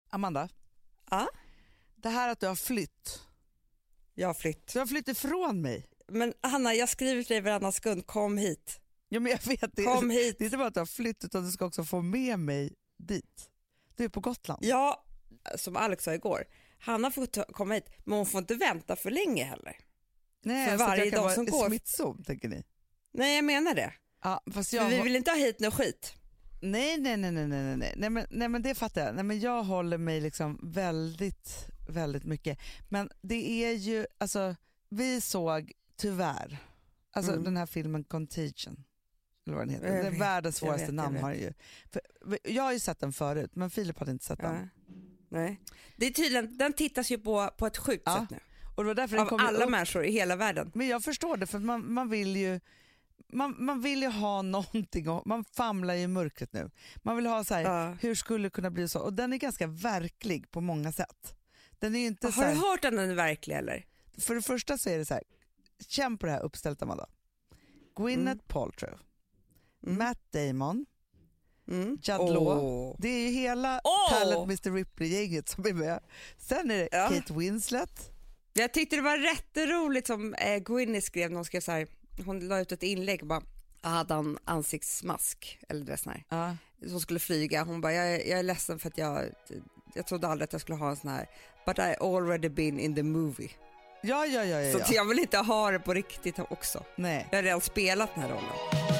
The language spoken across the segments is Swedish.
Amanda, Ja, det här att du har flytt. jag har flytt. Du har flytt ifrån mig. Men Hanna, jag skriver till dig varannan sekund, kom hit. Ja, men jag vet det. Kom hit. Det är inte bara att du har flytt utan du ska också få med mig dit. Du är på Gotland. Ja, som Alex sa igår. Hanna får komma hit, men hon får inte vänta för länge heller. Nej, för så varje jag kan dag vara som går. smittzon, tänker ni. Nej, jag menar det. Ja, fast För vi vill inte ha hit något skit. Nej, men det fattar jag. Nej, men jag håller mig liksom väldigt, väldigt mycket. Men det är ju, alltså, vi såg tyvärr, alltså den här filmen Contagion, eller vad den heter. Det är världens svåraste namn har den ju. För, jag har ju sett den förut, men Filip hade inte sett den. Nej. Det är tydligen, den tittas ju på ett sjukt sätt nu. Och det var därför av alla människor i hela världen. Men jag förstår det, för man vill ju man vill ju ha någonting, man famlar ju i mörkret nu. Man vill ha så här, hur skulle det kunna bli så? Och den är ganska verklig på många sätt. Den är ju inte så här, har du hört att den är verklig eller? För det första så är det så här, känn på det här uppställt, Amanda. Gwyneth Paltrow, Matt Damon, Judd Law. Det är ju hela Talent Mr. Ripley-gänget som är med. Sen är det Kate Winslet. Jag tyckte det var rätt roligt som Gwyneth skrev, någon skrev så här, hon la ut ett inlägg och bara, hade han ansiktsmask eller det sån här, som skulle flyga. Hon bara, jag är ledsen för att jag trodde aldrig att jag skulle ha en sån här, but I already been in the movie. Ja. Så jag vill inte ha det på riktigt också. Nej. Jag har redan spelat den här rollen.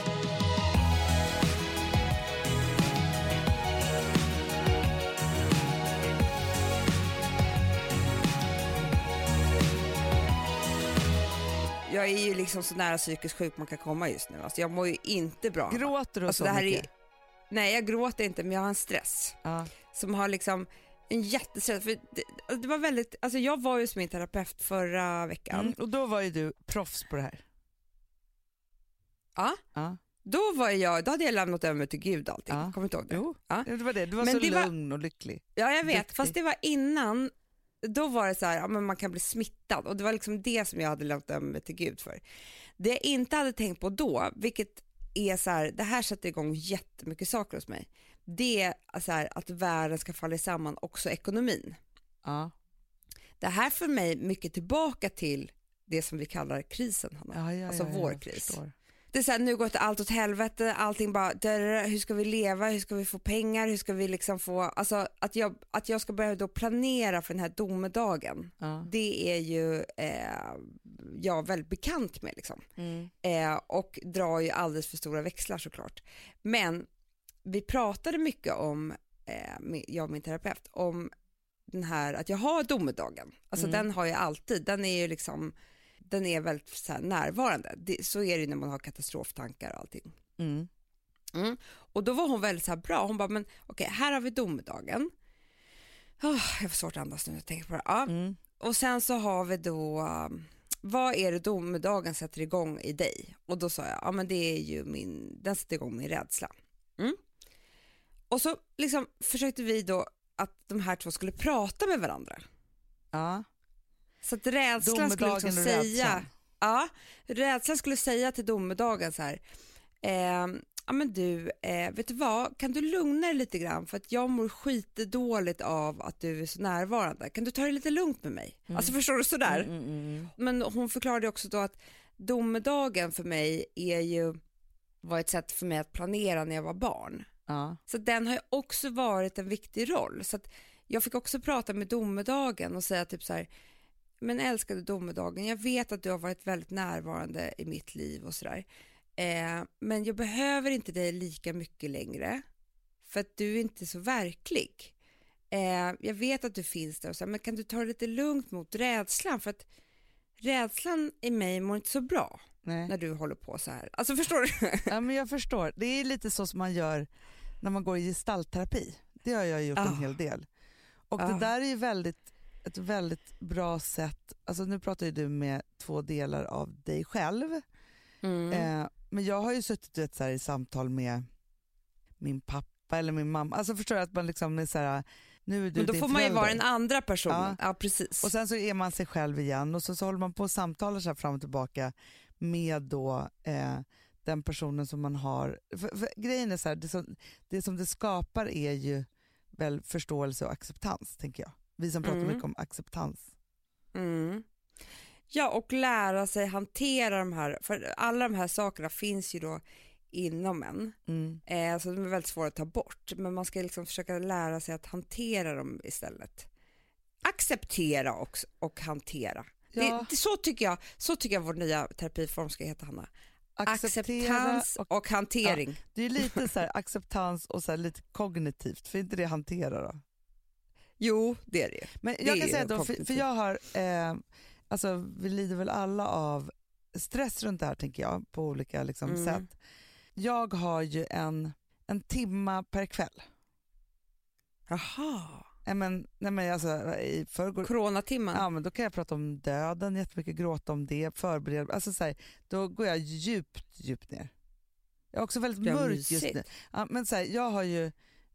Jag är ju liksom så nära psykisk sjuk man kan komma just nu. Alltså jag mår ju inte bra. Gråter du alltså så mycket? Nej, jag gråter inte, men jag har en stress. Som har liksom en jättestress. För det var väldigt, alltså jag var ju som min terapeut förra veckan. Och då var ju du proffs på det här. Ja. Då hade jag lämnat över mig till Gud allting. Kommer inte ihåg det? Jo, det var det. Du var men så lugn och lycklig. Ja, jag vet. Duktig. Fast det var innan. Då var det så här, men man kan bli smittad. Och det var liksom det som jag hade lämnat över mig till Gud för. Det jag inte hade tänkt på då, vilket är så här, det här sätter igång jättemycket saker hos mig. Det är så här, att världen ska falla samman, också ekonomin. Det här för mig mycket tillbaka till det som vi kallar krisen, Hanna. Alltså vår kris. Det är så här, nu går det allt åt helvete, allting bara, hur ska vi leva, hur ska vi få pengar, hur ska vi liksom få, alltså att jag ska börja då planera för den här domedagen, det är ju jag väldigt bekant med liksom. Och drar ju alldeles för stora växlar såklart. Men vi pratade mycket om, jag och min terapeut, om den här, att jag har domedagen, alltså den har jag alltid, den är ju liksom, den är väldigt så här närvarande. Så är det när man har katastroftankar och allting. Och då var hon väldigt så här bra. Hon bara, men okej, här har vi domedagen. Jag får svårt att andas nu när jag tänker på det. Och sen så har vi då, vad är det domedagen sätter igång i dig? Och då sa jag, men det är ju den sätter igång min rädsla. Och så liksom försökte vi då att de här två skulle prata med varandra. Så att rädslan skulle liksom säga, rädslan skulle säga till domedagen så här, men du, vet du vad, kan du lugna dig lite grann, för att jag mår skitdåligt av att du är så närvarande, kan du ta det lite lugnt med mig? Alltså förstår du sådär? Men hon förklarade också då att domedagen för mig var ett sätt för mig att planera när jag var barn. Så den har ju också varit en viktig roll, så att jag fick också prata med domedagen och säga typ så här, men älskade domedagen, jag vet att du har varit väldigt närvarande i mitt liv och sådär. Men jag behöver inte dig lika mycket längre, för att du är inte så verklig. Jag vet att du finns där och så här, men kan du ta det lite lugnt mot rädslan, för att rädslan i mig mår inte så bra när du håller på så här. Alltså förstår du? Ja, men jag förstår. Det är lite så som man gör när man går i gestaltterapi. Det har jag gjort en hel del. Och det där är ju ett väldigt bra sätt. Alltså nu pratar ju du med två delar av dig själv. Men jag har ju suttit så här i samtal med min pappa eller min mamma. Alltså förstår jag att man liksom är så här, nu är du. Men då din får man ju förälder. vara en andra person. Ja, precis. Och sen så är man sig själv igen, och så håller man på och samtalar så här fram och tillbaka med då den personen som man har. För grejen är så här, det som det skapar är ju väl förståelse och acceptans, tänker jag. Vi som pratar mycket om acceptans. Ja, och lära sig hantera de här, för alla de här sakerna finns ju då inom en. Så de är väldigt svåra att ta bort, men man ska liksom försöka lära sig att hantera dem istället. Acceptera och hantera. Ja. Så tycker jag vår nya terapiform ska heta, Hanna. Acceptans och hantering. Ja, det är lite så här acceptans och så här lite kognitivt, för inte det hantera då? Jo, det är det. Men jag kan säga då, för jag har, alltså vi lider väl alla av stress runt det här, tänker jag, på olika liksom, sätt. Jag har ju en timma per kväll. Jaha. Nej men alltså i förrgår, coronatimmen. Ja, men då kan jag prata om döden jättemycket, gråta om det, förbereda, alltså så här, då går jag djupt ner. Jag är också väldigt mörk just nu. Ja, men så här, jag har ju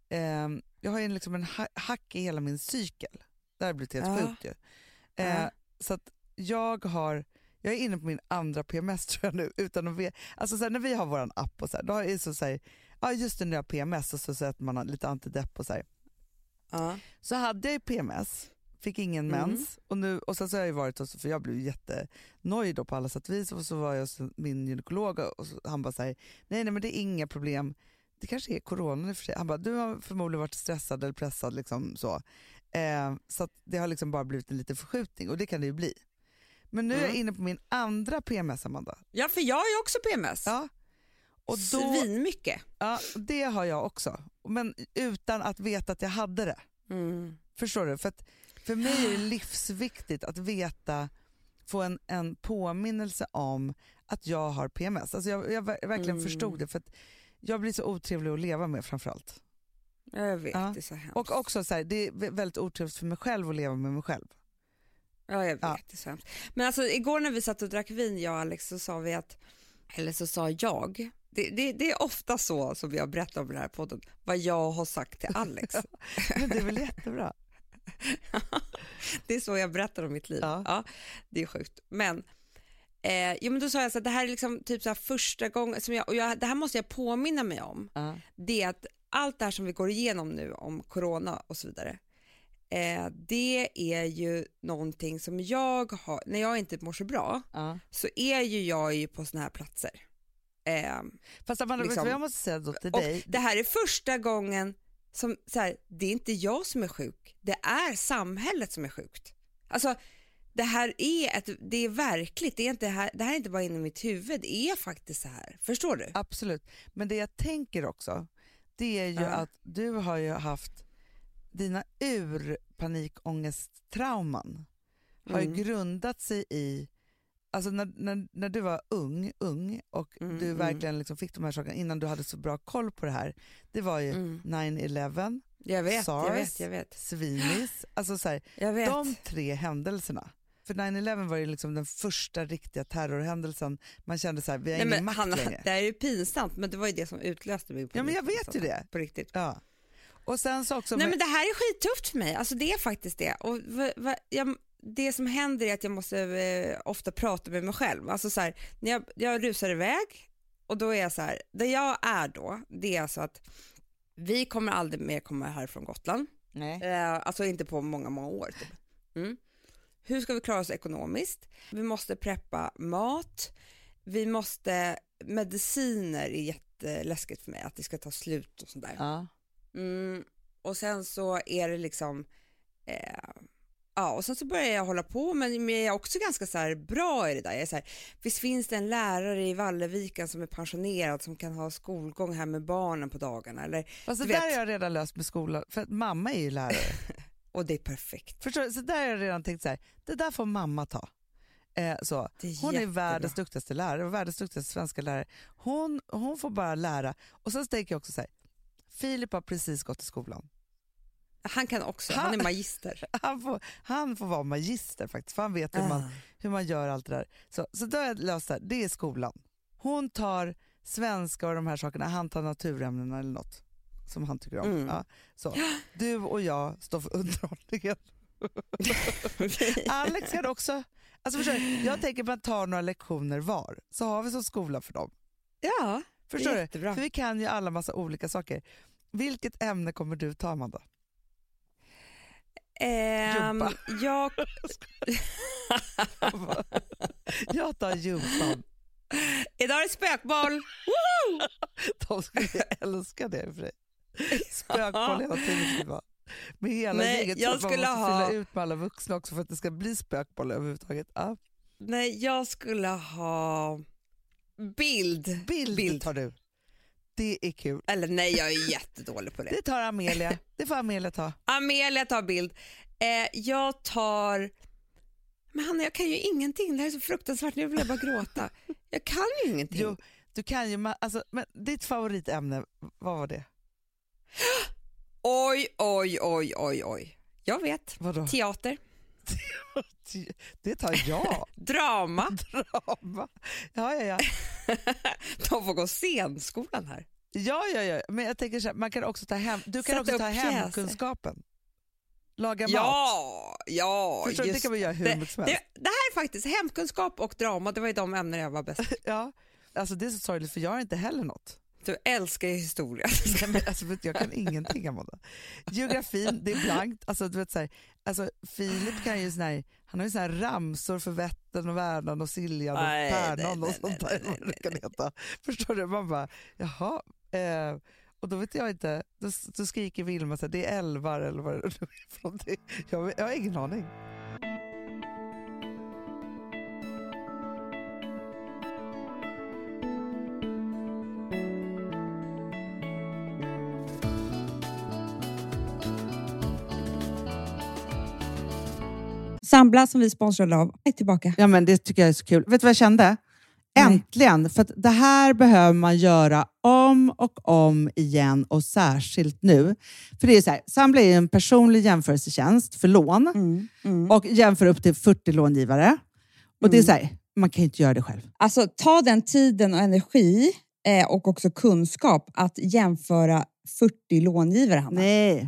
liksom en hack i hela min cykel. Det har blivit helt sjukt ju. Så att jag är inne på min andra PMS, tror jag nu, utan att veta. Alltså så här, när vi har våran app och så här, då är det så här, ja just det, när jag har PMS, och så att man har lite antidepp och så här. Så hade jag PMS, fick ingen mens, och sen så har jag ju varit hos, för jag blev jättenöjd då på alla sätt vis, och så var jag hos min gynekolog och han bara säger nej men det är inga problem, det kanske är corona i och för sig. Han bara, du har förmodligen varit stressad eller pressad liksom så. Så att det har liksom bara blivit en liten förskjutning, och det kan det ju bli. Men nu är jag inne på min andra PMS, Amanda. Ja, för jag har ju också PMS. Ja. Och då, svinmycket. Ja, det har jag också. Men utan att veta att jag hade det. Förstår du? För mig är det livsviktigt att veta, få en påminnelse om att jag har PMS. Alltså jag verkligen förstod det, för att jag blir så otrevlig att leva med framförallt. Jag vet, det är så hemskt. Och också så här, det är väldigt otrevligt för mig själv att leva med mig själv. Ja, jag vet, det är så hemskt. Men alltså igår när vi satt och drack vin, jag och Alex, så sa vi att, eller så sa jag, det är ofta så som jag berättar om den här podden, vad jag har sagt till Alex. Men det är väl jättebra. Det är så jag berättar om mitt liv. Ja, det är sjukt. Men men då sa jag så att det här är liksom typ så här första gången som det här måste jag påminna mig om. Det är att allt det här som vi går igenom nu om corona och så vidare, det är ju någonting som jag har, när jag inte mår så bra, så är jag ju på såna här platser. Fast Amanda, liksom, jag måste säga då till dig. Det här är första gången som så här, det är inte jag som är sjuk, det är samhället som är sjukt. Alltså det här är det är verkligt, det här är inte bara inom mitt huvud, det är faktiskt så här. Förstår du? Absolut. Men det jag tänker också, det är ju att du har ju haft dina panikångesttrauman har ju grundat sig i, alltså när du var ung och du verkligen liksom fick de här sakerna innan du hade så bra koll på det här. Det var ju 9/11, SARS, jag vet. Svinis, alltså så här, de 3 händelserna. För 9/11 var ju liksom den första riktiga terrorhändelsen. Man kände så här, vi har ingen makt längre. Det är ju pinsamt, men det var ju det som utlöste mig. Ja, men jag vet ju det. På riktigt. Ja. Och sen så också... Nej, men det här är skittufft för mig. Alltså det är faktiskt det. Och det som händer är att jag måste ofta prata med mig själv. Alltså så här, när jag rusar iväg, och då är jag så här, där jag är då, det är alltså att vi kommer aldrig mer komma här från Gotland. Nej. Alltså inte på många år typ. Hur ska vi klara oss ekonomiskt? Vi måste preppa mat. Mediciner är jätteläskigt för mig, att det ska ta slut och sånt där. Ja. Och sen så är det liksom och sen så börjar jag hålla på, men jag är också ganska så här bra i det där. Jag är så här, visst finns det en lärare i Valleviken som är pensionerad som kan ha skolgång här med barnen på dagarna, eller alltså, där är jag redan löst med skolan, för att mamma är ju lärare. Och det är perfekt. Förstår du? Så där har jag redan tänkt så här, det där får mamma ta. Så. Hon är världens duktigaste lärare och världens duktigaste svenska lärare. Hon får bara lära. Och sen tänker jag också så här, Filip har precis gått i skolan. Han kan också, han är magister. Han får vara magister faktiskt, för han vet hur man gör allt det där. Så då har jag löst det här, det är skolan. Hon tar svenska och de här sakerna, han tar naturämnena eller något som han tycker om. Ja, så. Du och jag står för underhållningen. Alex kan också, alltså jag tänker på att ta några lektioner var, så har vi så skola för dem. Ja, förstår jättebra. du? För vi kan ju alla massa olika saker. Vilket ämne kommer du ta, Amanda? Jag tar gympan. Idag är det spökboll. De skulle älska det för dig. Spökboll hela tiden. Med hela gänget. Jag skulle fylla ut med alla vuxna också för att det ska bli spökboll överhuvudtaget. Ja. Nej, jag skulle ha bild. Bild tar du. Det är kul. Eller nej, jag är jättedålig på det. Det tar Amelia. Det får Amelia ta. Amelia tar bild. Jag tar... Men Hanna, jag kan ju ingenting. Det här är så fruktansvärt. Nu vill jag bara gråta. Jag kan ju ingenting. Jo, du kan ju... Alltså, men ditt favoritämne, vad var det? Oj. Jag vet. Vadå? Teater. Det tar jag. Drama. Ja. De får gå scenskolan här. Ja. Men jag tänker så här, man kan också ta hem... Du kan också ta hemkunskapen. Laga mat. Ja. Förstår, det kan man göra hur mycket som helst. Det här är faktiskt hemkunskap och drama. Det var ju de ämnen jag var bäst. Ja, alltså det är så sorgligt för jag är inte heller något. Du älskar ju historia. Alltså, jag kan ingenting, Amanda. Geografin, det är blankt. Alltså, du vet, så här, alltså, Filip kan ju sån här, han har ju sån här ramsor för Vättern och Värnan och Siljan och Pärnan och sånt där. Vad det kan heta. Förstår du? Man bara, jaha. Och då vet jag inte, då skriker Vilma så här, det är älvar eller vad det är för någonting. Jag har ingen aning. Sambla som vi sponsrade av är tillbaka. Ja, men det tycker jag är så kul. Vet du vad jag kände? Äntligen! För att det här behöver man göra om och om igen och särskilt nu. För det är så här, Sambla är en personlig jämförelsetjänst för lån och jämför upp till 40 långivare. Och det är så här, man kan ju inte göra det själv. Alltså ta den tiden och energi och också kunskap att jämföra 40 långivare, Hanna. Nej.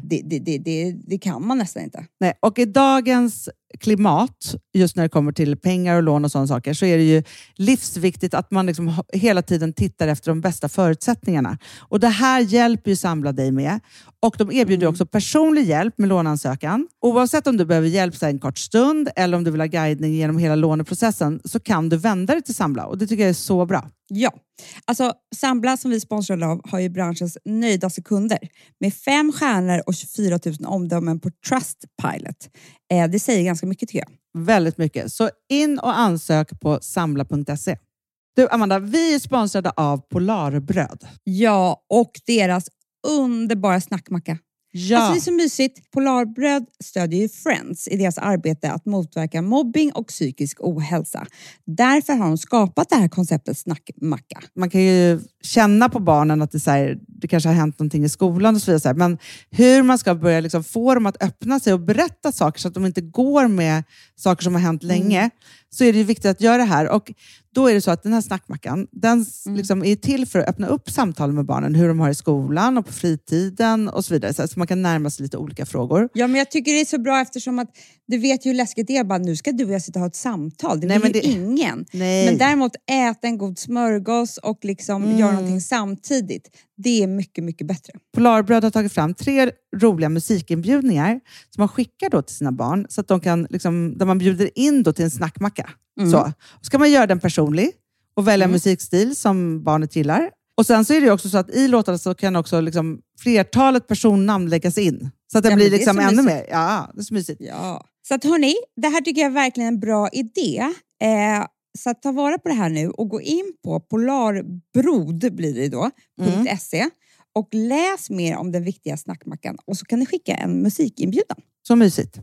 Det kan man nästan inte. Nej. Och i dagens klimat, just när det kommer till pengar och lån och sådana saker, så är det ju livsviktigt att man liksom hela tiden tittar efter de bästa förutsättningarna. Och det här hjälper ju Sambla dig med. Och de erbjuder också personlig hjälp med låneansökan. Oavsett om du behöver hjälp en kort stund eller om du vill ha guidning genom hela låneprocessen, så kan du vända dig till Sambla. Och det tycker jag är så bra. Ja, alltså Sambla som vi sponsrade av har ju branschens nöjdaste kunder med 5 stjärnor och 24 000 omdömen på Trustpilot. Det säger ganska mycket, tycker jag. Väldigt mycket. Så in och ansök på sambla.se. Du Amanda, vi är sponsrade av Polarbröd. Ja, och deras underbara snackmacka. Ja. Alltså det är så mysigt. Polarbröd stödjer ju Friends i deras arbete att motverka mobbing och psykisk ohälsa. Därför har de skapat det här konceptet snackmacka. Man kan ju känna på barnen att det, så här, det kanske har hänt någonting i skolan och så vidare. Så här. Men hur man ska börja liksom få dem att öppna sig och berätta saker så att de inte går med saker som har hänt länge, så är det ju viktigt att göra det här. Och då är det så att den här snackmackan, den liksom är till för att öppna upp samtal med barnen. Hur de har i skolan och på fritiden och så vidare. Så man kan närma sig lite olika frågor. Ja, men jag tycker det är så bra eftersom att du vet ju hur läskigt det är. Bara, nu ska du och jag sitta och ha ett samtal. Det vill ju ingen. Nej. Men däremot äta en god smörgås och liksom göra någonting samtidigt. Det är mycket, mycket bättre. Polarbröd har tagit fram 3 roliga musikinbjudningar som man skickar då till sina barn. Så att de kan, liksom, där man bjuder in då till en snackmacka. Så ska man göra den personlig och välja musikstil som barnet gillar. Och sen så är det också så att i låtarna så kan också liksom flertalet personnamn läggas in. Så att det blir liksom ännu mer. Ja, det är så mysigt. Ja. Så att hörni, det här tycker jag är verkligen en bra idé. Så att ta vara på det här nu och gå in på polarbrod blir det då, .se och läs mer om den viktiga snackmackan. Och så kan ni skicka en musikinbjudan. Så mysigt.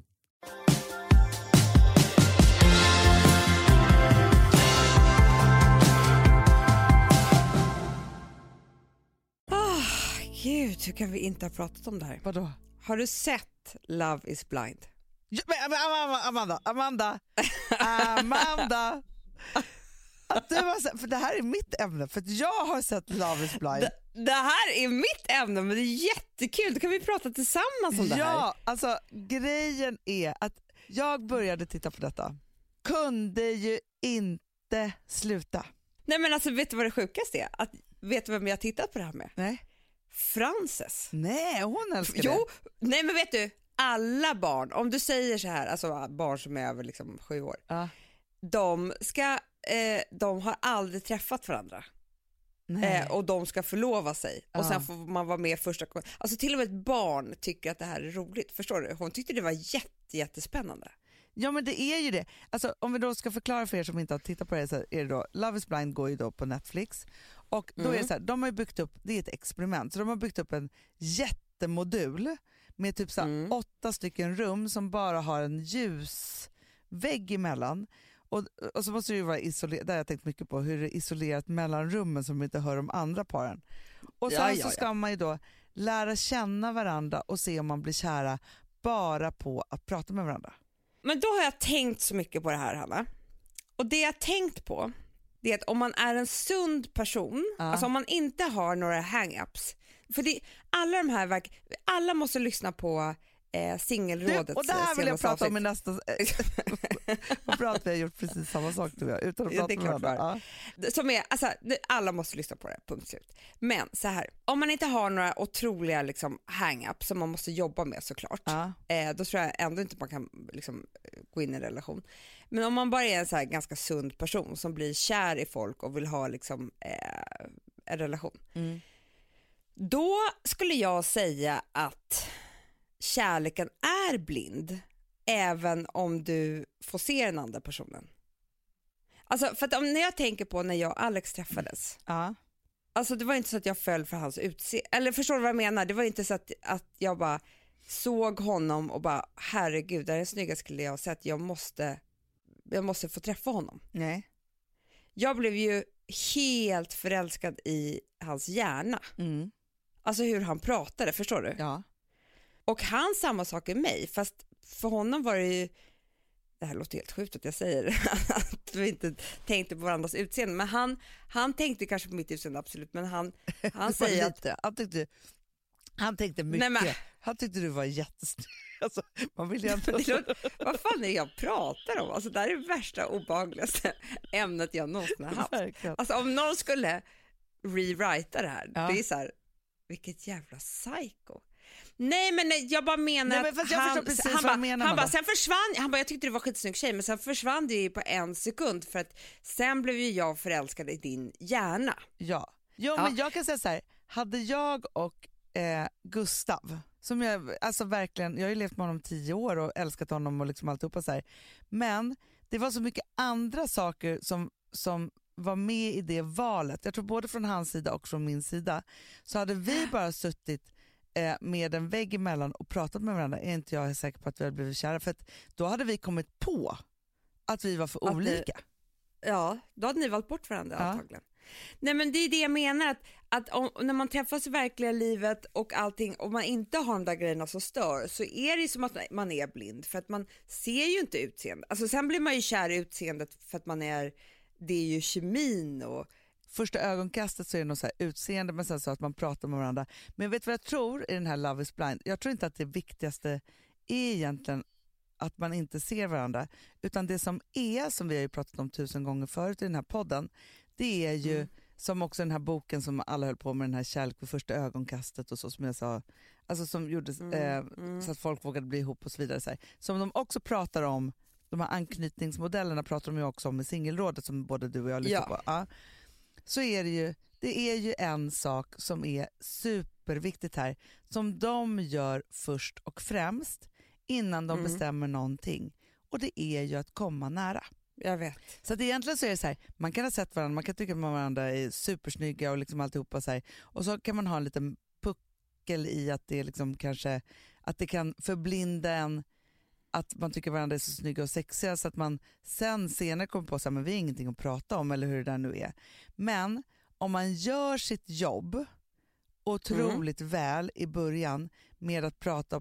Gud, hur kan vi inte ha pratat om det här? Vadå? Har du sett Love is blind? Ja, men Amanda. Att du har sett, för det här är mitt ämne. För att jag har sett Love is blind. Det här är mitt ämne, men det är jättekul. Då kan vi prata tillsammans om det här. Ja, alltså grejen är att jag började titta på detta. Kunde ju inte sluta. Nej, men alltså, vet du vad det sjukaste är? Vet du vem jag har tittat på det här med? Nej. Frances. Nej, hon älskar det. Jo, nej men vet du, alla barn, om du säger så här, alltså barn som är över liksom 7 år, de har aldrig träffat varandra. Och de ska förlova sig och sen får man vara med första gången. Alltså till och med ett barn tycker att det här är roligt, förstår du? Hon tyckte det var jättespännande. Ja, men det är ju det. Alltså, om vi då ska förklara för er som inte har tittat på det, så är det då, Love is blind går ju då på Netflix och då är det så här, de har ju byggt upp, det är ett experiment, så de har byggt upp en jättemodul med typ så här 8 stycken rum som bara har en ljusvägg emellan. Och så måste det ju vara isolerat, där har jag tänkt mycket på hur det är isolerat mellan rummen som inte hör de andra paren. Och sen så ska man ju då lära känna varandra och se om man blir kära bara på att prata med varandra. Men då har jag tänkt så mycket på det här, Hanna. Och det jag har tänkt på, det är att om man är en sund person, alltså om man inte har några hang-ups, för alla de här alla måste lyssna på singelrådets. Och det här vill jag prata om i nästa och prata, vi har gjort precis samma sak tror jag, utan att prata med varandra. Som är, alltså, alla måste lyssna på det, punkt slut. Men så här, om man inte har några otroliga liksom, hang-ups som man måste jobba med såklart, då tror jag ändå inte man kan liksom, gå in i en relation. Men om man bara är en så här ganska sund person som blir kär i folk och vill ha liksom, en relation, då skulle jag säga att kärleken är blind även om du får se den andra personen. Alltså för att när jag tänker på när jag och Alex träffades, alltså det var inte så att jag föll för hans utseende, eller förstår du vad jag menar? Det var inte så att jag bara såg honom och bara herregud, det är den snyggaste kille jag har sett, jag måste få träffa honom. Nej. Jag blev ju helt förälskad i hans hjärna. Alltså hur han pratade, förstår du? Ja. Och han samma sak i mig, fast för honom var det ju, det här låter helt sjukt att jag säger det, att vi inte tänkte på varandras utseende, men han tänkte kanske på mitt utseende, absolut, men han säger att han tänkte mycket. Nej, men, han tyckte du var jättesnygg. Alltså, man vill ju inte... Vad fan är jag pratar om? Alltså det här är det värsta obehagligaste ämnet jag någonsin har haft. Alltså om någon skulle rewrita det här, det är så här, vilket jävla psycho. Nej men jag bara menar att sen försvann, jag tyckte det var skitsnygg tjej, men sen försvann det ju på 1 sekund för att sen blev ju jag förälskad i din hjärna. Ja. Men jag kan säga så här, hade jag och Gustav, som jag, alltså verkligen, jag har ju levt med honom 10 år och älskat honom och liksom alltihopa så här, men det var så mycket andra saker som var med i det valet. Jag tror både från hans sida och från min sida, så hade vi bara suttit med en vägg emellan och pratat med varandra, är inte jag säker på att vi hade blivit kära, för att då hade vi kommit på att vi var för olika. Då hade ni valt bort varandra antagligen. Nej men det är det jag menar, att när man träffas i verkliga livet och allting och man inte har de där grejerna som stör, så är det som att man är blind, för att man ser ju inte utseende. Alltså sen blir man ju kär i utseendet för att det är ju kemin och första ögonkastet så är det något så här utseende, men sen så att man pratar med varandra. Men vet du vad jag tror i den här Love is blind? Jag tror inte att det viktigaste är egentligen att man inte ser varandra, utan det som vi har ju pratat om 1000 gånger förut i den här podden, det är ju som också den här boken som alla höll på med, den här kärlek vid första ögonkastet och så, som jag sa, alltså som gjorde så att folk vågade bli ihop och så vidare. Så här. Som de också pratar om, de här anknytningsmodellerna pratar de ju också om i singelrådet som både du och jag lyssnar på. Ja. Så är det är ju en sak som är superviktigt här, som de gör först och främst innan de bestämmer någonting, och det är ju att komma nära. Jag vet. Så att egentligen så är det så här, man kan ha sett varandra, man kan tycka att varandra är supersnygga och liksom alltihopa så här, och så kan man ha en liten puckel i att det liksom kanske, att det kan förblinda en, att man tycker varandra är så snygga och sexiga så att man senare kommer på att vi har ingenting att prata om, eller hur det där nu är. Men om man gör sitt jobb otroligt väl i början med att prata,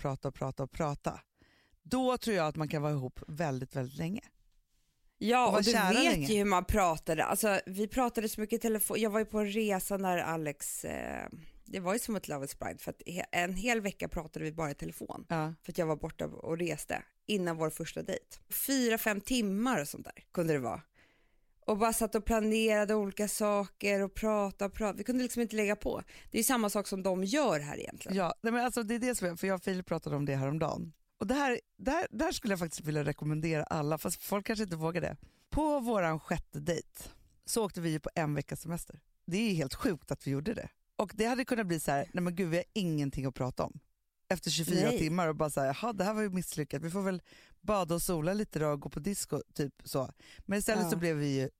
då tror jag att man kan vara ihop väldigt, väldigt länge. Ja, och du vet ju hur man pratade. Alltså, vi pratade så mycket i telefon. Jag var ju på en resa när Alex... det var ju som ett Love is blind, för att en hel vecka pratade vi bara i telefon. För att jag var borta och reste innan vår första dejt. 4-5 timmar och sånt där kunde det vara. Och bara satt och planerade olika saker och pratade. Vi kunde liksom inte lägga på. Det är ju samma sak som de gör här egentligen. Ja, men alltså det är det som är, för jag och Filip pratade om det här om dagen. Och det här skulle jag faktiskt vilja rekommendera alla, fast folk kanske inte vågar det. På våran 6:e dejt så åkte vi på en veckas semester. Det är helt sjukt att vi gjorde det. Och det hade kunnat bli så här, nej men gud, vi har ingenting att prata om. Efter 24 timmar och bara så här, jaha, det här var ju misslyckat. Vi får väl bada och sola lite då och gå på disco, typ så. Men istället så blev vi ju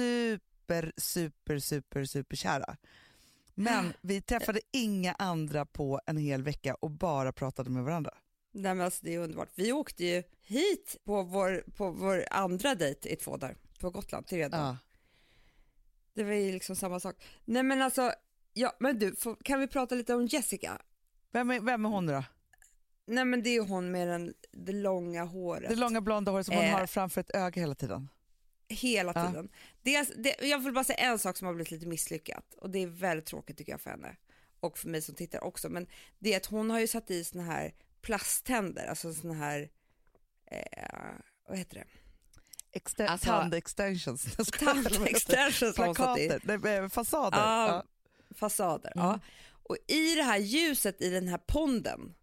super kära. Men vi träffade inga andra på en hel vecka och bara pratade med varandra. Nej, men alltså, det är underbart. Vi åkte ju hit på vår andra dejt i 2 dagar på Gotland till redan. Ja. Det var ju liksom samma sak. Nej men alltså, ja, men du, kan vi prata lite om Jessica? Vem är hon då? Nej men det är ju hon med det långa håret. Det långa blonda håret som hon har framför ett öga hela tiden. Hela tiden. Jag vill bara säga en sak som har blivit lite misslyckat. Och det är väldigt tråkigt tycker jag för henne. Och för mig som tittar också. Men det är att hon har ju satt i såna här plasttänder. Alltså såna här, vad heter det? Tandextensions. Tandextensions. Plakater, fasader. Ja, fasader. Ja. Och i det här ljuset i den här ponden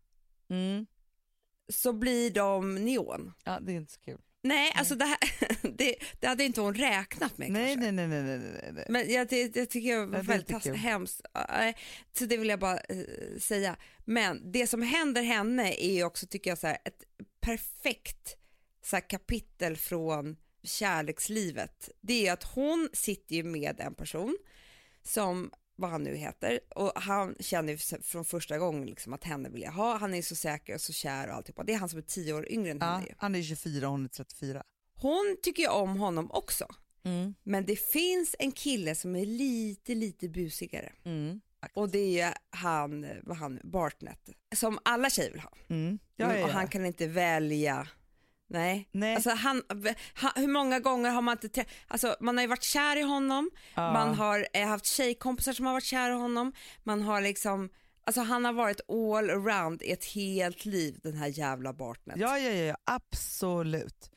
så blir de neon. Ja, det är inte så kul. Nej, alltså det hade inte hon räknat med. Nej. Men jag tycker jag var väldigt hemskt. Så det vill jag bara säga. Men det som händer henne är ju också, tycker jag, så här, ett perfekt så här, kapitel från kärlekslivet. Det är ju att hon sitter ju med en person som, vad han nu heter, och han känner ju från första gången liksom att henne vill jag ha. Han är så säker och så kär och alltihopa. Det är han som är 10 år yngre än henne. Han är 24 och hon är 34. Hon tycker ju om honom också. Men det finns en kille som är lite busigare. Och det är ju han Bartnet, som alla tjejer vill ha. Ja. Och han kan inte välja. Nej. Alltså hur många gånger har man inte alltså man har ju varit kär i honom. Man har haft tjejkompisar som har varit kär i honom. Man har liksom, alltså han har varit all around i ett helt liv, den här jävla Bartnet. Ja, absolut.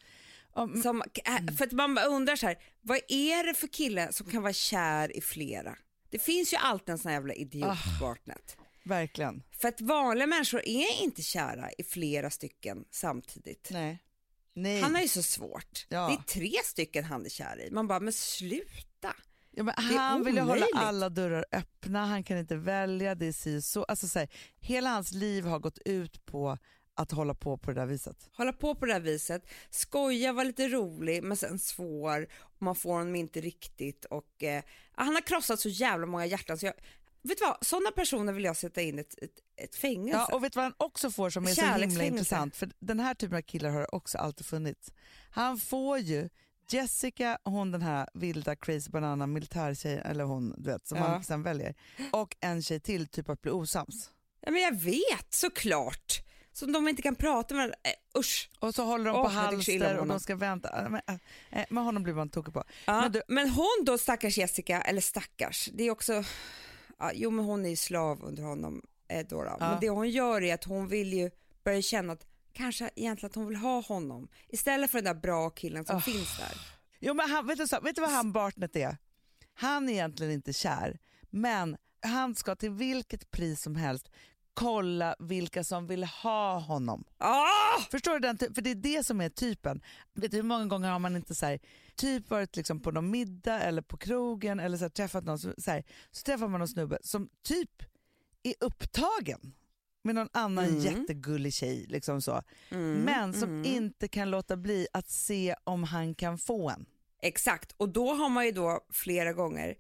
För att man undrar så här, vad är det för kille som kan vara kär i flera? Det finns ju alltid en sån jävla idiot Bartnet. Verkligen. För att vanliga människor är inte kära i flera stycken samtidigt. Nej. Han har ju så svårt. Ja. Det är 3 stycken han är kär i. Man bara, men sluta. Ja, men han vill ju hålla alla dörrar öppna. Han kan inte välja. Det är så. Alltså, så här, hela hans liv har gått ut på att hålla på det där viset. Hålla på det där viset. Skoja, var lite rolig men sen svår. Och man får honom inte riktigt. Och han har krossat så jävla många hjärtan. Så vet du vad? Sådana personer vill jag sätta in ett fängelse. Ja, och vet du vad han också får som är så himla intressant? För den här typen av killar har också alltid funnits. Han får ju Jessica, hon den här vilda crazy banana militärtjejen, eller hon du vet, som han sen väljer. Och en tjej till, typ att bli osams. Ja, men jag vet, såklart. Som de inte kan prata med. Usch. Och så håller de på halster och de ska vänta. Men honom blir man tokig på. Ja, men hon då, stackars Jessica, eller stackars, det är också... Jo, men hon är ju slav under honom då. Men det hon gör är att hon vill ju börja känna att kanske egentligen att hon vill ha honom istället för den där bra killen som finns där. Jo, men vet du vad han Bartnet är? Han är egentligen inte kär, men han ska till vilket pris som helst kolla vilka som vill ha honom. Förstår du den? För det är det som är typen. Vet du hur många gånger har man inte så här, typ varit liksom på någon middag eller på krogen eller så här, träffat någon så träffar man någon snubbe som typ är upptagen med någon annan jättegullig tjej liksom så. Men som inte kan låta bli att se om han kan få en. Exakt, och då har man ju då flera gånger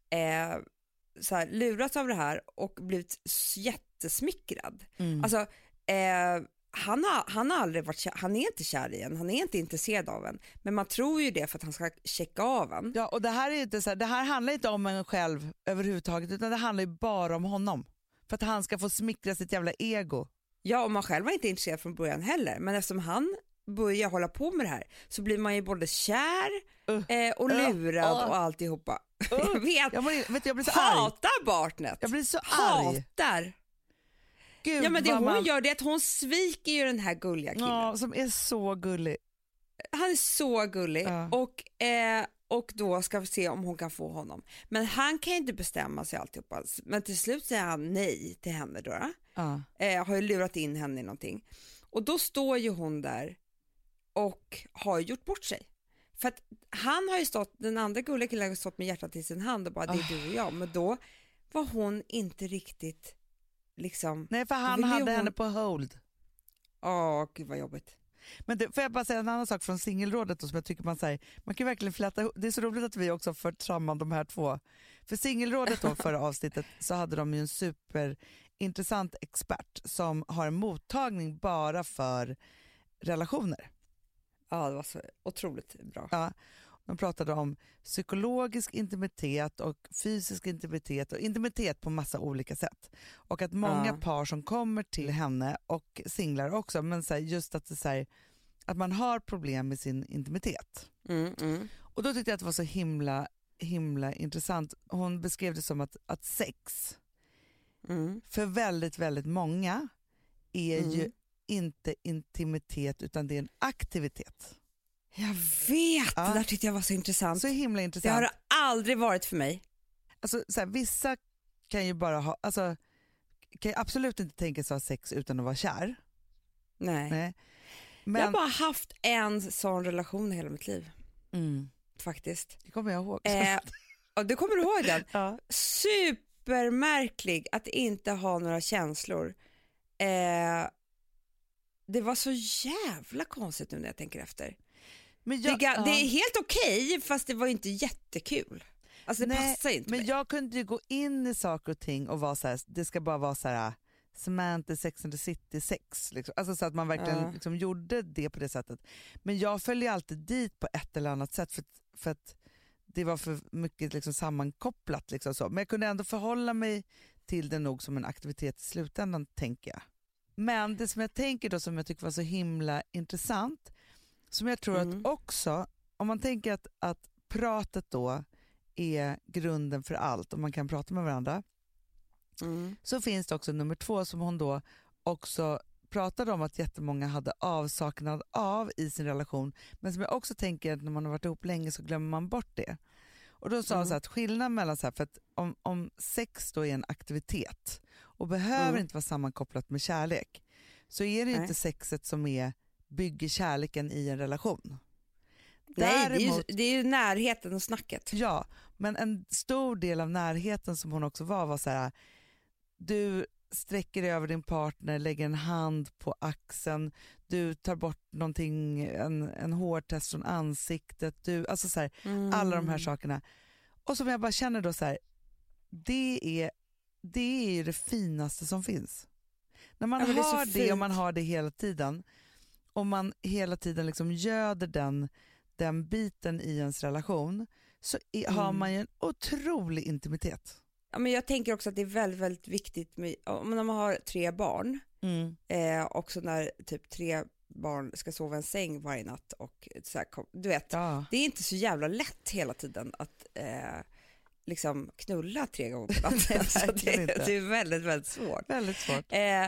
så här, lurats av det här och blivit jättesmickrad. Alltså han har aldrig varit kär, han är inte kär i en, han är inte intresserad av en, men man tror ju det för att han ska checka av en. Ja, och det här är inte så här, det här handlar inte om en själv överhuvudtaget, utan det handlar ju bara om honom. För att han ska få smickra sitt jävla ego. Ja, och man själv var inte intresserad från början heller, men eftersom han börjar hålla på med det här så blir man ju både kär och lurad och alltihopa. Jag vet, jag blir så hatar arg. Bartnet. Jag blir så arg. Hatar. Gud, ja, men det hon gör det är att hon sviker ju den här gulliga killen. Ja, som är så gullig. Han är så gullig och och då ska vi se om hon kan få honom. Men han kan ju inte bestämma sig alltihopa. Men till slut säger han nej till henne då. Har ju lurat in henne i någonting. Och då står ju hon där och har gjort bort sig. För att han har ju stått, den andra gulliga killen har stått med hjärtat i sin hand och bara, det är du och jag. Men då var hon inte riktigt liksom... Nej, för han hade henne på hold. Gud vad jobbigt. Men får jag bara säga en annan sak från singelrådet då, som jag tycker man säger, man kan verkligen fläta ihop. Det är så roligt att vi också har fört samman de här två. För singelrådet då, förra avsnittet, så hade de ju en superintressant expert som har en mottagning bara för relationer. Ja, det var så otroligt bra. Ja, de pratade om psykologisk intimitet och fysisk intimitet och intimitet på massa olika sätt. Och att många par som kommer till henne och singlar också, men så här, just att det så här, att man har problem med sin intimitet. Och då tyckte jag att det var så himla intressant. Hon beskrev det som att sex för väldigt, väldigt många är ju inte intimitet utan det är en aktivitet. Jag vet, det där tyckte jag var så intressant. Så himla intressant. Det har det aldrig varit för mig. Alltså, så här, vissa kan ju bara ha, alltså, kan ju absolut inte tänka sig ha sex utan att vara kär. Nej. Men, jag har bara haft en sån relation i hela mitt liv. Faktiskt. Det kommer jag ihåg. Och du kommer ihåg den? Ja. Supermärklig att inte ha några känslor. Det var så jävla konstigt nu när jag tänker efter. Men det är helt okej, fast det var inte jättekul. Alltså det passar inte men mig. Jag kunde ju gå in i saker och ting och vara så här, det ska bara vara så här Samantha Sex and the City sex liksom. Alltså så att man verkligen liksom gjorde det på det sättet. Men jag följde alltid dit på ett eller annat sätt för att det var för mycket liksom sammankopplat liksom så. Men jag kunde ändå förhålla mig till det nog som en aktivitet i slutändan, tänker jag. Men det som jag tänker då, som jag tycker var så himla intressant, som jag tror att också, om man tänker att pratet då är grunden för allt och man kan prata med varandra, så finns det också nummer 2 som hon då också pratade om att jättemånga hade avsaknad av i sin relation, men som jag också tänker att när man har varit ihop länge så glömmer man bort det. Och då sa hon så här, att skillnaden mellan så här, för att om sex då är en aktivitet och behöver inte vara sammankopplat med kärlek, så är det inte sexet som bygger kärleken i en relation. Nej, det är ju närheten och snacket. Ja, men en stor del av närheten som hon också var så här, du sträcker dig över din partner, lägger en hand på axeln, du tar bort någonting, en hårtest från ansiktet, alltså så här, alla de här sakerna. Och som jag bara känner då så här, det är det finaste som finns. När man har det och man har det hela tiden, och man hela tiden liksom göder den biten i ens relation, så har man ju en otrolig intimitet. Ja, men jag tänker också att det är väldigt, väldigt viktigt med, om man har 3 barn, också när typ 3 barn ska sova i en säng varje natt och så här, du vet, det är inte så jävla lätt hela tiden att liksom knulla 3 gånger på natten. Så det är väldigt, väldigt svårt. Väldigt svårt.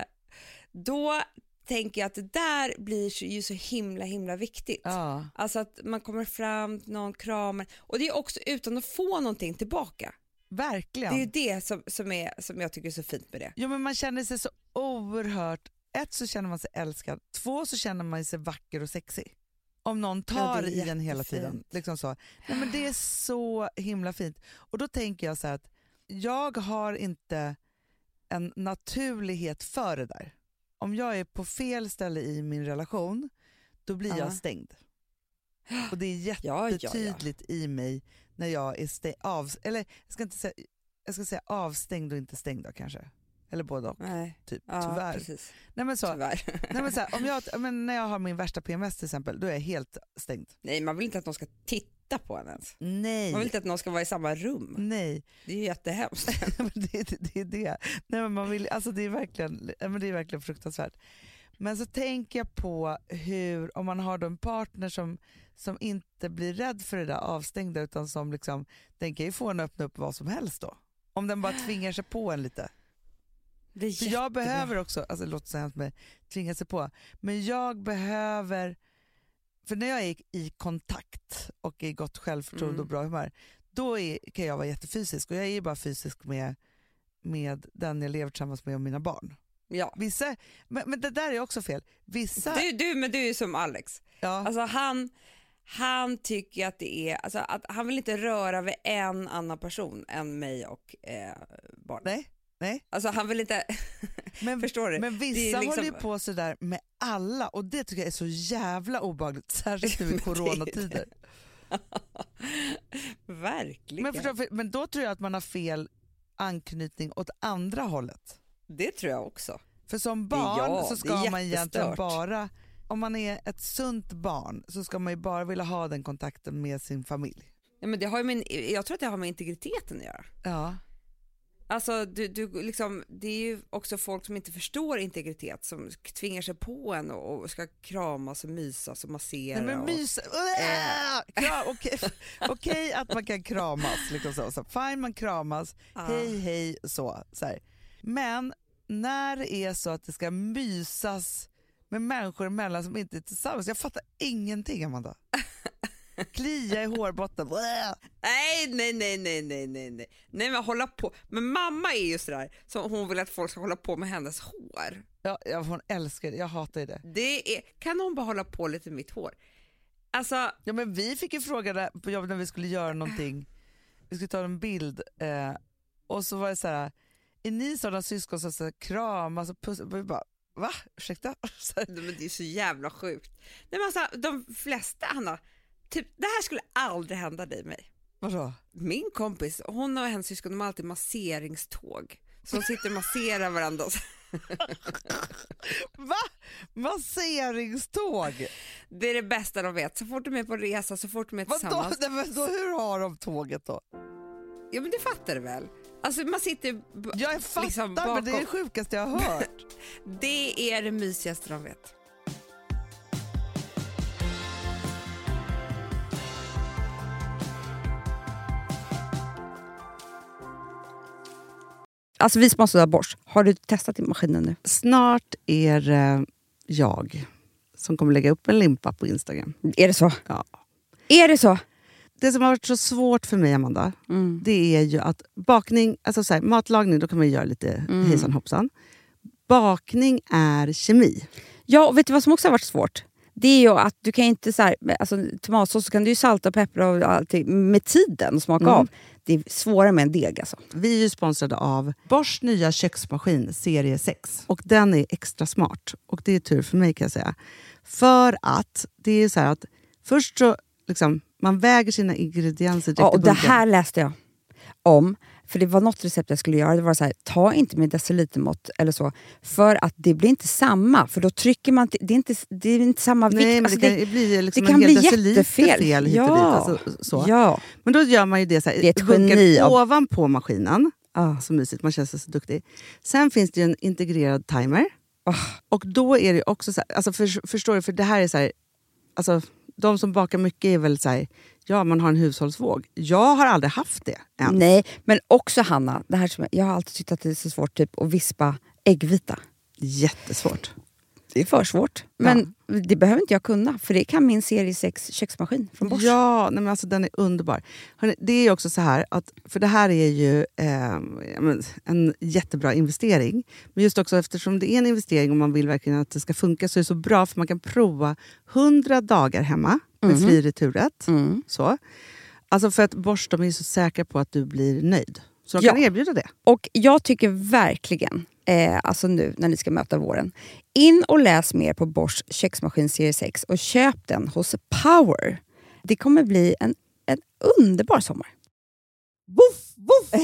Då tänker jag att det där blir ju så himla viktigt. Alltså att man kommer fram, någon kramar, och det är också utan att få någonting tillbaka. Verkligen. Det är ju det som jag tycker är så fint med det. Jo, men man känner sig så oerhört, 1 så känner man sig älskad, 2 så känner man sig vacker och sexig. Om någon tar i en hela tiden. Liksom så. Nej, men det är så himla fint. Och då tänker jag så här att jag har inte en naturlighet för det där. Om jag är på fel ställe i min relation, då blir jag stängd. Och det är jättetydligt i mig när jag är eller jag ska säga avstängd och inte stängd då, kanske. Eller både och. Nej. Typ, tyvärr. Precis. Nej, men så. Nej, men så här, när jag har min värsta PMS till exempel, då är jag helt stängd. Nej, man vill inte att någon ska titta på en ens. Nej. Man vill inte att någon ska vara i samma rum. Nej. Det är ju jättehemskt. det är det. Nej, men man vill, alltså det är verkligen fruktansvärt. Men så tänker jag på hur, om man har då en partner som inte blir rädd för det där avstängda, utan som liksom, den kan ju få en öppna upp vad som helst då. Om den bara tvingar sig på en lite. För jag behöver också, alltså det låter så hemskt med tvinga sig på, men jag behöver För när jag är i kontakt och i gott självförtroende och bra humör, då kan jag vara jättefysisk. Och jag är ju bara fysisk med den jag lever tillsammans med och mina barn. Ja. Vissa, men det där är också fel. Vissa... Men du är ju som Alex. Ja. Alltså han tycker att det är... Alltså att han vill inte röra vid en annan person än mig och barn. Nej. Alltså han vill inte... Men, förstår du? Men vissa liksom... håller ju på så där med alla, och det tycker jag är så jävla obehagligt, särskilt nu i coronatider. Verkligen. Men då tror jag att man har fel anknytning åt andra hållet. Det tror jag också. För som barn så ska man egentligen bara, om man är ett sunt barn så ska man ju bara vilja ha den kontakten med sin familj. Ja, men jag tror att det har med integriteten att göra. Ja. Alltså du liksom, det är ju också folk som inte förstår integritet som tvingar sig på en och ska kramas och mysas och massera. Nej, men mysa. Okej att man kan kramas liksom så fine, man kramas. Hej så här. Men när det är så att det ska mysas med människor emellan som inte är tillsammans, jag fattar ingenting, Amanda. Klia i hårbotten. Nej, men hålla på. Men mamma är ju sådär som hon vill att folk ska hålla på med hennes hår. Ja, hon älskar det. Jag hatar det. Kan hon bara hålla på lite med mitt hår? Alltså, ja, men vi fick ju fråga där på jobbet när vi skulle göra någonting. Vi skulle ta en bild och så var det så här: är ni sådana syskon som så kramas och pussar? Vi bara, va? Ursäkta? Men det är så jävla sjukt. Nej, men alltså, de flesta, Hanna, typ, det här skulle aldrig hända dig mig. Vadå? Min kompis, hon och hennes syskon, de har alltid masseringståg. Så de sitter och masserar varandra. Va? Masseringståg? Det är det bästa de vet. Så fort de är på resa, så fort de är tillsammans. Då, hur har de tåget då? Ja, men det fattar du väl? Alltså man sitter jag fattar, liksom bakom. Men det är det sjukaste jag har hört. Det är det mysigaste de vet. Alltså vi sponsrar Bosch. Har du testat i maskinen nu? Snart är jag som kommer lägga upp en limpa på Instagram. Är det så? Ja. Är det så? Det som har varit så svårt för mig, Amanda, det är ju att bakning, alltså så här, matlagning, då kan man ju göra lite hejsan hoppsan. Bakning är kemi. Ja, och vet du vad som också har varit svårt? Det är ju att du kan inte så här, alltså tomatsås så kan du ju salta och peppra och allting med tiden och smaka av. Det är svårare med en deg alltså. Vi är ju sponsrade av Bosch nya köksmaskin serie 6. Och den är extra smart. Och det är tur för mig, kan jag säga. För att det är så här att först så liksom, man väger sina ingredienser direkt. Ja, och det här läste jag om. För det var något recept jag skulle göra. Det var så här, ta inte med decilitermått eller så. För att det blir inte samma. För då trycker man... Det är inte samma vikt. Nej, men alltså det kan bli liksom det kan en hel bli deciliter fel hit och dit. Alltså, så. Ja. Men då gör man ju det så här. Det är ett geni ovanpå maskinen. Så mysigt, man känns så duktig. Sen finns det ju en integrerad timer. Och då är det också så här, alltså förstår du, för det här är så här, alltså de som bakar mycket är väl så här, ja, man har en hushållsvåg. Jag har aldrig haft det än. Nej, men också Hanna, det här som jag har alltid tyckt att det är så svårt typ att vispa äggvita. Jättesvårt. Det är för svårt. Men det behöver inte jag kunna, för det kan min serie 6 köksmaskin från Bosch. Ja, nej, men alltså den är underbar. Hörrni, det är också så här, att, för det här är ju en jättebra investering. Men just också eftersom det är en investering och man vill verkligen att det ska funka, så är det så bra för man kan prova 100 dagar hemma med fri returrätt. Så. Alltså för att Bosch, de är så säkra på att du blir nöjd. Så de kan erbjuda det. Och jag tycker verkligen, alltså nu när ni ska möta våren, in och läs mer på Bosch köksmaskin serie 6 och köp den hos Power. Det kommer bli en underbar sommar. Voff, voff.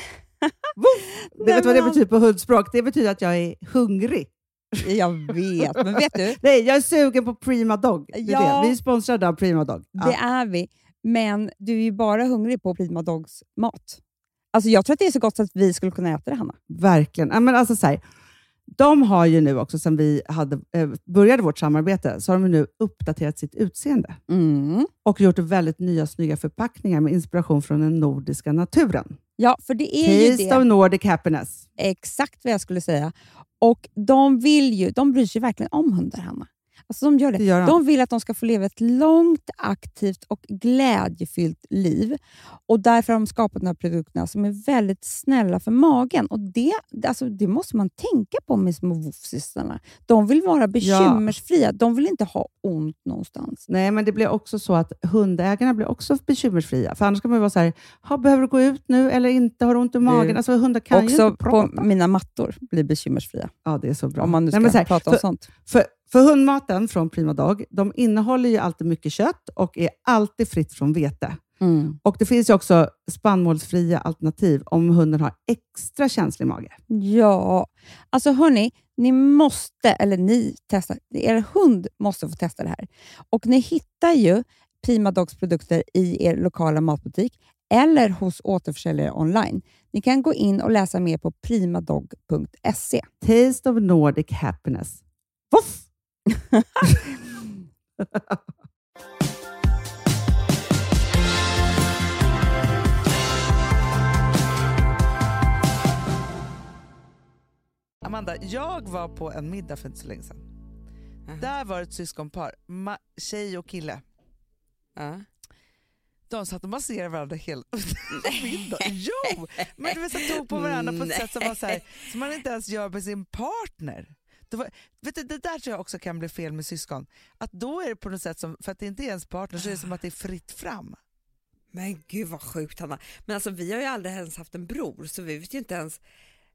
Voff. Vet du vad det betyder på hundspråk? Det betyder att jag är hungrig. Jag vet, men vet du? Nej, jag är sugen på Prima Dog. Det är ja, det. Vi är sponsrade av Prima Dog. Det är vi. Men du är ju bara hungrig på Prima Dogs mat. Alltså jag tror att det är så gott att vi skulle kunna äta det, Hanna. Verkligen. Ja, men alltså så här, de har ju nu också, sen vi började vårt samarbete, så har de nu uppdaterat sitt utseende. Och gjort väldigt nya, snygga förpackningar med inspiration från den nordiska naturen. Ja, för det är ju det. Taste of Nordic Happiness. Exakt vad jag skulle säga. Och de bryr sig verkligen om hundar, Hanna. Alltså de gör det. Det gör de. De vill att de ska få leva ett långt, aktivt och glädjefyllt liv. Och därför har de skapat de här produkterna som är väldigt snälla för magen. Och det måste man tänka på med små woofsystarna. De vill vara bekymmersfria. De vill inte ha ont någonstans. Nej, men det blir också så att hundägarna blir också bekymmersfria. För annars kan man ju vara så här, behöver du gå ut nu eller inte? Har du ont i magen? Alltså hundar kan ju också inte prata. på mina mattor blir bekymmersfria. Ja, det är så bra. Om man nu ska prata om sånt. För hundmaten från Prima Dog, de innehåller ju alltid mycket kött och är alltid fritt från vete. Mm. Och det finns ju också spannmålsfria alternativ om hunden har extra känslig mage. Ja, alltså hörni, ni testar. Er hund måste få testa det här. Och ni hittar ju Prima Dogs produkter i er lokala matbutik eller hos återförsäljare online. Ni kan gå in och läsa mer på primadog.se. Taste of Nordic happiness. Voff! Amanda, jag var på en middag för inte så länge sedan. Där var ett syskonpar, tjej och kille. De satt och masserade varandra hela middagen. Jo, men du vet, tog på varandra på ett sätt som var så här, som man inte ens gör med sin partner. Vet du, det där tror jag också kan bli fel med syskon. Att då är det på något sätt som, för att det inte är ens partner, så är det som att det är fritt fram. Men gud vad sjukt, Hanna. Men alltså vi har ju aldrig ens haft en bror, så vi vet ju inte ens.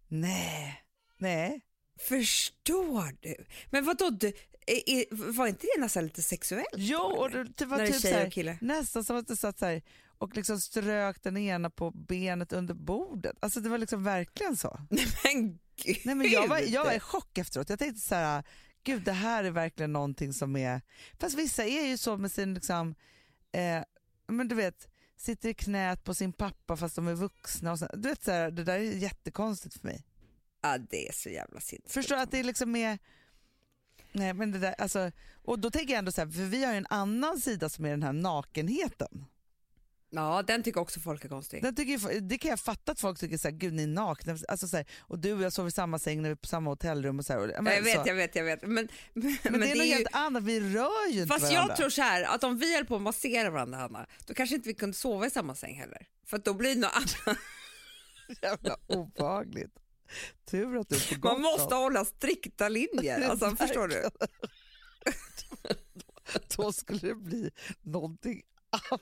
Nej. Förstår du? Men vadå, var inte det nästan lite sexuellt? Jo, och det var typ tjej och kille. Nästan som att det satt så här och liksom strök den ena på benet under bordet. Alltså det var liksom verkligen så. Men gud. Nej, men jag var i chock efteråt. Jag tänkte så här, gud, det här är verkligen någonting som är. Fast vissa är ju så med sin liksom, men du vet, sitter i knät på sin pappa fast de är vuxna och så. Du vet så här, det där är jättekonstigt för mig. Ja, det är så jävla sinnessjukt. Förstår att det är liksom är. Nej, men det där, alltså, och då tänker jag ändå så här, för vi har ju en annan sida som är den här nakenheten. Ja, den tycker också folk är konstig. Det kan jag fatta att folk tycker så här, gud, ni är nakna. Alltså så här, och du och jag sover i samma säng när vi är på samma hotellrum och så här. Jag vet. Men det är något helt annat, vi rör ju inte fast varandra. Jag tror så här, att om vi höll på att massera varandra, Hanna, då kanske inte vi kunde sova i samma säng heller. För att då blir det något annat. Jävla obehagligt. Tur att du är på Man måste hålla strikta linjer. Alltså, förstår du? Då skulle det bli någonting annat.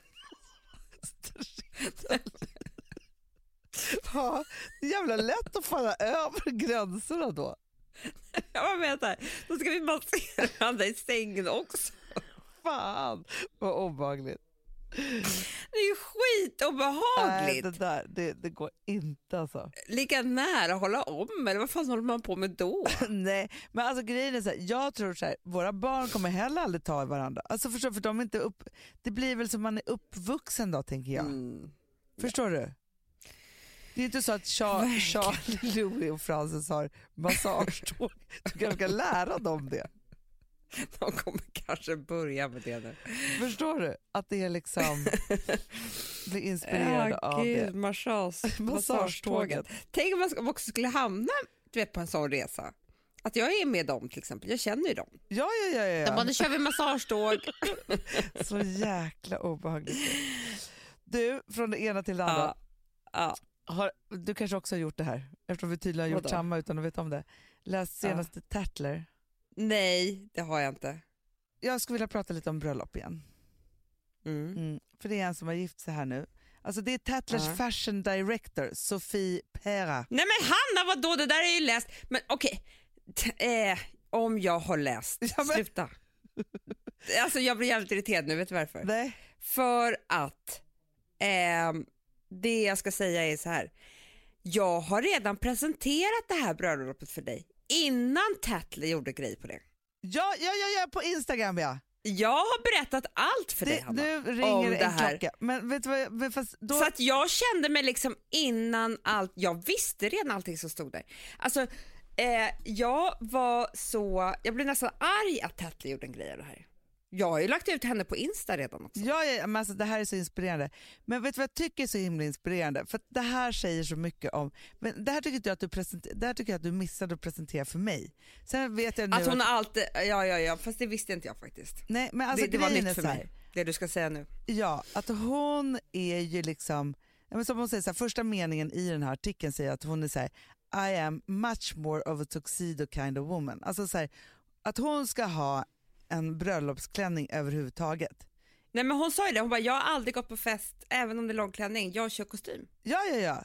Ja, det är jävla lätt att falla över gränserna då. Jag menar, då ska vi massera varandra i sängen också. Fan, vad obehagligt. Det är ju skitobehagligt. Nej, det där, det går inte alltså. Lika nära att hålla om, eller vad fan håller man på med då? Nej, men alltså grejen är så här, jag tror så här, våra barn kommer heller aldrig ta i varandra. Alltså förstår, för de är inte det blir väl som man är uppvuxen då, tänker jag. Förstår du? Det är inte så att Charlie, Louis och Frances har massagetåg. Du kanske ska lära dem det. De kommer kanske börja med det nu. Förstår du? Att det är liksom blir inspirerade av det. Massagetåget. Tänk om man också skulle hamna, du vet, på en sån resa. Att jag är med dem till exempel. Jag känner ju dem. Ja. De bara, nu kör vi massagetåg. Så jäkla obehagligt. Du, från det ena till det andra. Ja. Du kanske också har gjort det här. Eftersom vi tydligen har gjort samma utan att veta om det. Läst senaste Tatler. Nej, det har jag inte. Jag skulle vilja prata lite om bröllop igen. För det är en som har gift sig här nu. Alltså det är Tatlers fashion director, Sofie Pera. Nej men Hanna, vadå? Det där är ju läst. Men okej, om jag har läst. Sluta. Alltså jag blir jävligt irriterad nu, vet du varför? Nej. För att det jag ska säga är så här. Jag har redan presenterat det här bröllopet för dig innan Tatler gjorde grej på det. Ja, på Instagram, ja. Jag har berättat allt för dig, Hanna. Nu ringer en klocka. Men vet du vad, då. Så att jag kände mig liksom innan allt. Jag visste redan allting som stod där. Alltså, jag blev nästan arg att Tatler gjorde en grej av det här. Jag har ju lagt ut henne på Insta redan också. Ja, men alltså, det här är så inspirerande. Men vet du vad jag tycker är så himla inspirerande? För att det här säger så mycket om... Men det här tycker jag att du missade att presentera för mig. Sen vet jag nu att hon har alltid... Ja, fast det visste inte jag faktiskt. Nej, men alltså, det var nytt för mig, det du ska säga nu. Ja, att hon är ju liksom... Som hon säger, så här, första meningen i den här artikeln säger att hon är så här: I am much more of a tuxedo kind of woman. Alltså så här, att hon ska ha en bröllopsklänning överhuvudtaget. Nej, men hon sa ju det, hon bara, jag har aldrig gått på fest även om det är långklänning, jag kör kostym. Ja.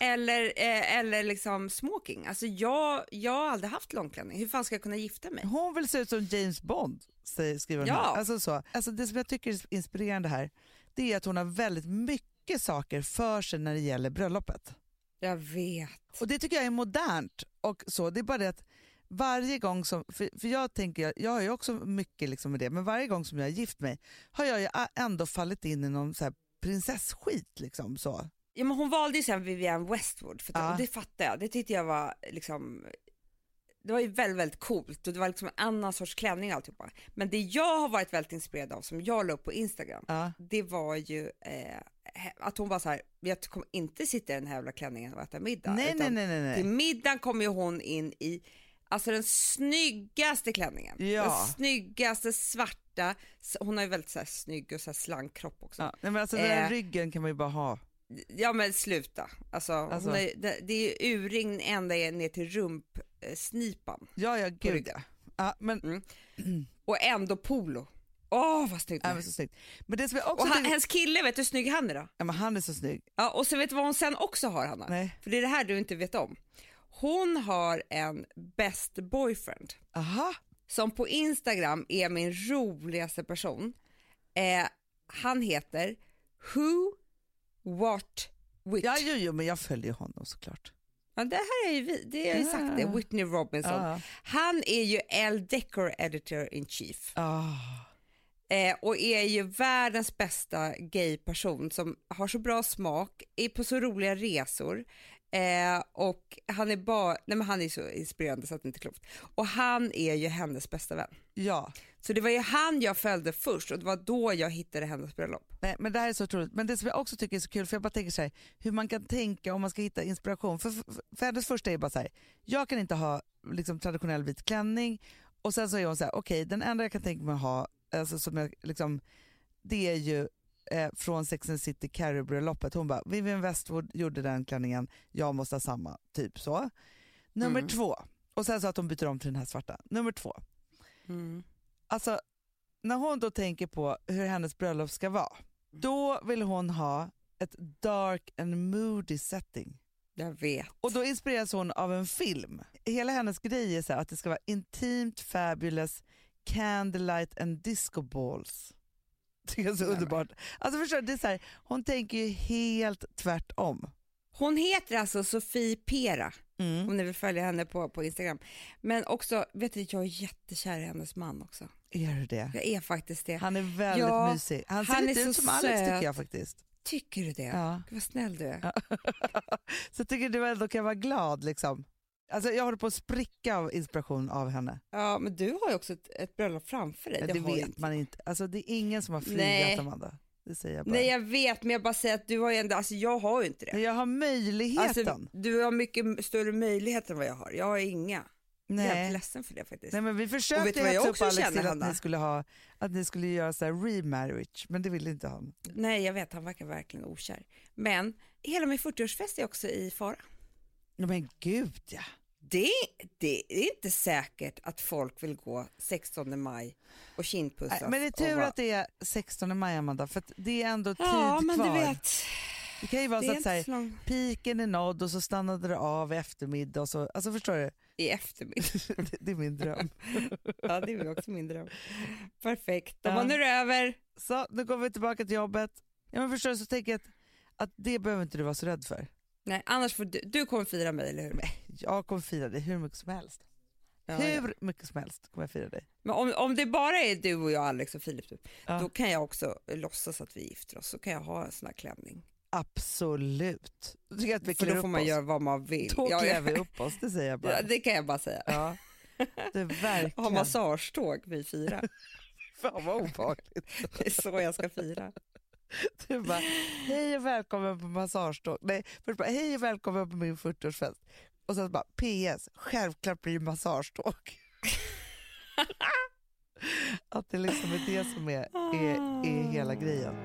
Eller liksom smoking. Alltså jag har aldrig haft långklänning. Hur fan ska jag kunna gifta mig? Hon vill se ut som James Bond, skriver hon här. Alltså så. Alltså det som jag tycker är inspirerande här, det är att hon har väldigt mycket saker för sig när det gäller bröllopet. Jag vet. Och det tycker jag är modernt. Och så, det är bara det att varje gång som, för jag tänker, jag har ju också mycket liksom med det, men varje gång som jag har gift mig har jag ju ändå fallit in i någon så här prinsessskit liksom så. Ja, men hon valde ju sen Vivienne Westwood och det fattar jag. Det tyckte jag var liksom, det var ju väldigt, väldigt coolt och det var liksom en annan sorts klänning och alltihopa. Men det jag har varit väldigt inspirerad av som jag la upp på Instagram, det var ju att hon var så här: jag kommer inte sitta i den här jävla klänningen och äta middag. Nej. Till middagen kommer ju hon in i alltså den snyggaste klänningen. Ja. Den snyggaste svarta. Hon har ju väldigt så här snygg och så här slank kropp också. Ja, men alltså den här ryggen kan man ju bara ha. Ja, men sluta. Alltså. Hon det är ju urring ända ner till rumpsnipan. Ja, gud ja. Men... Och ändå polo. Åh, vad snyggt. Ja, men så snyggt. Men det som jag också och hennes kille, vet du hur snygg han är då? Ja, men han är så snygg. Ja, och så vet du vad hon sen också har, Hanna? Nej. För det är det här du inte vet om. Hon har en best boyfriend. Aha. Som på Instagram är min roligaste person. Han heter Who What Whit. Ja, jo, men jag följer honom såklart. Ja, det här är ju det är ju sagt det, Whitney Robinson. Han är ju Elle Decor Editor in Chief. Och är ju världens bästa gay-person som har så bra smak, är på så roliga resor. Och han är han är så inspirerande så att det inte är klokt. Och han är ju hennes bästa vän. Ja. Så det var ju han jag följde först och det var då jag hittade hennes bröllop. Nej, men det här är så otroligt. Men det som jag också tycker är så kul, för jag bara tänker så här, hur man kan tänka om man ska hitta inspiration. För hennes första är bara så här: jag kan inte ha liksom traditionell vit klänning. Och sen så är hon så här: okej, den enda jag kan tänka mig att ha, alltså, som jag, liksom, det är ju från Sex and City Carrie-bröllopet. Hon bara, Vivienne Westwood gjorde den klänningen, jag måste ha samma, typ så. Nummer 2, och sen så att hon byter om till den här svarta. Nummer 2. Alltså, när hon då tänker på hur hennes bröllop ska vara, då vill hon ha ett dark and moody setting. Jag vet. Och då inspireras hon av en film. Hela hennes grej är så här, att det ska vara intimt, fabulous, candlelight and disco balls. Det är så underbart. Alltså förstår du, det är så här, hon tänker ju helt tvärtom. Hon heter alltså Sofie Pera, om ni vill följa henne på Instagram. Men också, vet du, jag är jättekär i hennes man också. Är du det? Jag är faktiskt det. Han är väldigt mysig. Han ser lite ut som Alex, tycker jag faktiskt. Tycker du det? Ja. Vad snäll du är. Ja. Så tycker du ändå kan vara glad liksom. Alltså jag håller på att spricka av inspiration av henne. Ja, men du har ju också ett bröllop framför dig. Ja, det vet inte man inte. Alltså det är ingen som har friat, Amanda. Det säger jag bara. Nej, jag vet, men jag bara säger att du har ju ändå, alltså jag har ju inte det. Men jag har möjligheten. Alltså, du har mycket större möjligheter än vad jag har. Jag har inga. Nej. Jag är helt ledsen för det faktiskt. Nej, men vi försökte hetsa upp Alex till att ni skulle göra så här remarriage, men det ville inte han. Nej, jag vet, han verkar verkligen okär. Men hela min 40-årsfest är också i fara. Ja, men gud ja. Det är inte säkert att folk vill gå 16 maj och kindpussas. Nej, men det är tur att det är 16 maj, Amanda, för att det är ändå tid men kvar. Du vet. Det kan ju vara så att så här, piken är nådd och så stannade det av i eftermiddag. Och så, alltså förstår du? I eftermiddag. det är min dröm. Ja, det är också min dröm. Perfekt, då var nu över. Så, nu går vi tillbaka till jobbet. Ja, men förstår du, så tänker jag att det behöver inte du vara så rädd för. Nej, annars får du kommer fira mig, eller hur? Nej, jag kommer fira dig hur mycket som helst. Mycket som helst kommer jag fira dig. Men om det bara är du och jag, Alex och Filip, då kan jag också låtsas att vi gifter oss. Så kan jag ha en sån här klänning. Absolut. Då tycker jag att vi för då får man oss. Göra vad man vill. Då klär vi upp oss, det säger jag bara. Ja, det kan jag bara säga. Ja, det är verkligen. Ha massagetåg vi firar. Fan vad obehagligt. Det är så jag ska fira. Du bara, hej och välkommen på massagestång. Nej, först bara, hej och välkommen på min 40-årsfest. Och sen bara, PS, självklart blir det massagestång. Att det liksom är det som är hela grejen.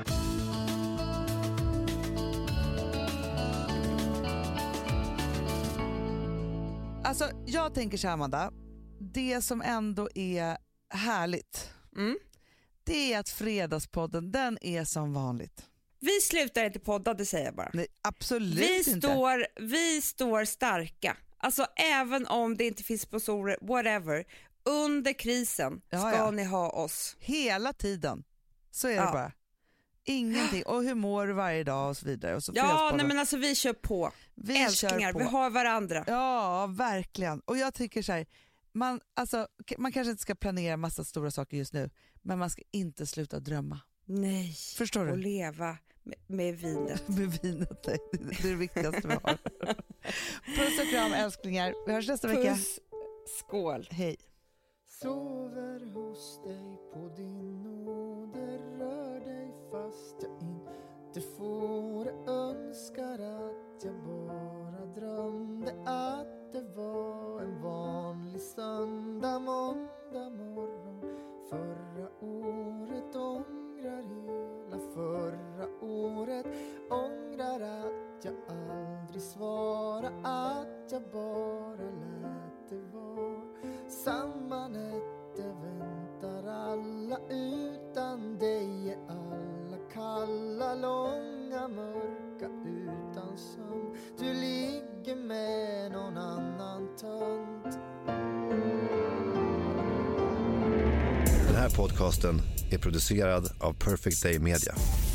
Alltså, jag tänker så här, Amanda. Det som ändå är härligt, det är att Fredagspodden, den är som vanligt. Vi slutar inte podda, det säger jag bara. Nej, absolut inte. Vi står starka. Alltså även om det inte finns sponsorer, whatever. Under krisen ska ni ha oss. Hela tiden. Så är det bara. Ingenting. Och hur mår du varje dag och så vidare. Och så nej men alltså vi kör på. Älsklingar, vi har varandra. Ja, verkligen. Och jag tycker så här, man kanske inte ska planera massa stora saker just nu, men man ska inte sluta drömma. Nej. Förstår du? Och leva med vinet. Med vinet, det är det viktigaste vi har. Puss och kram, älsklingar. Vi hörs nästa vecka. Skål. Hej. Sover hos dig på din nåder, rör dig fast jag inte får. Önskar att jag bara drömde att det var en vanlig söndag, måndag morgon. Förra året ångrar hela förra året. Ångrar att jag aldrig svarade, att jag bara lät det vara. Samma nätter väntar alla, utan dig är alla kalla, långa, mörka, utan sömn. Du ligger med någon annan tönt. Den här podcasten är producerad av Perfect Day Media.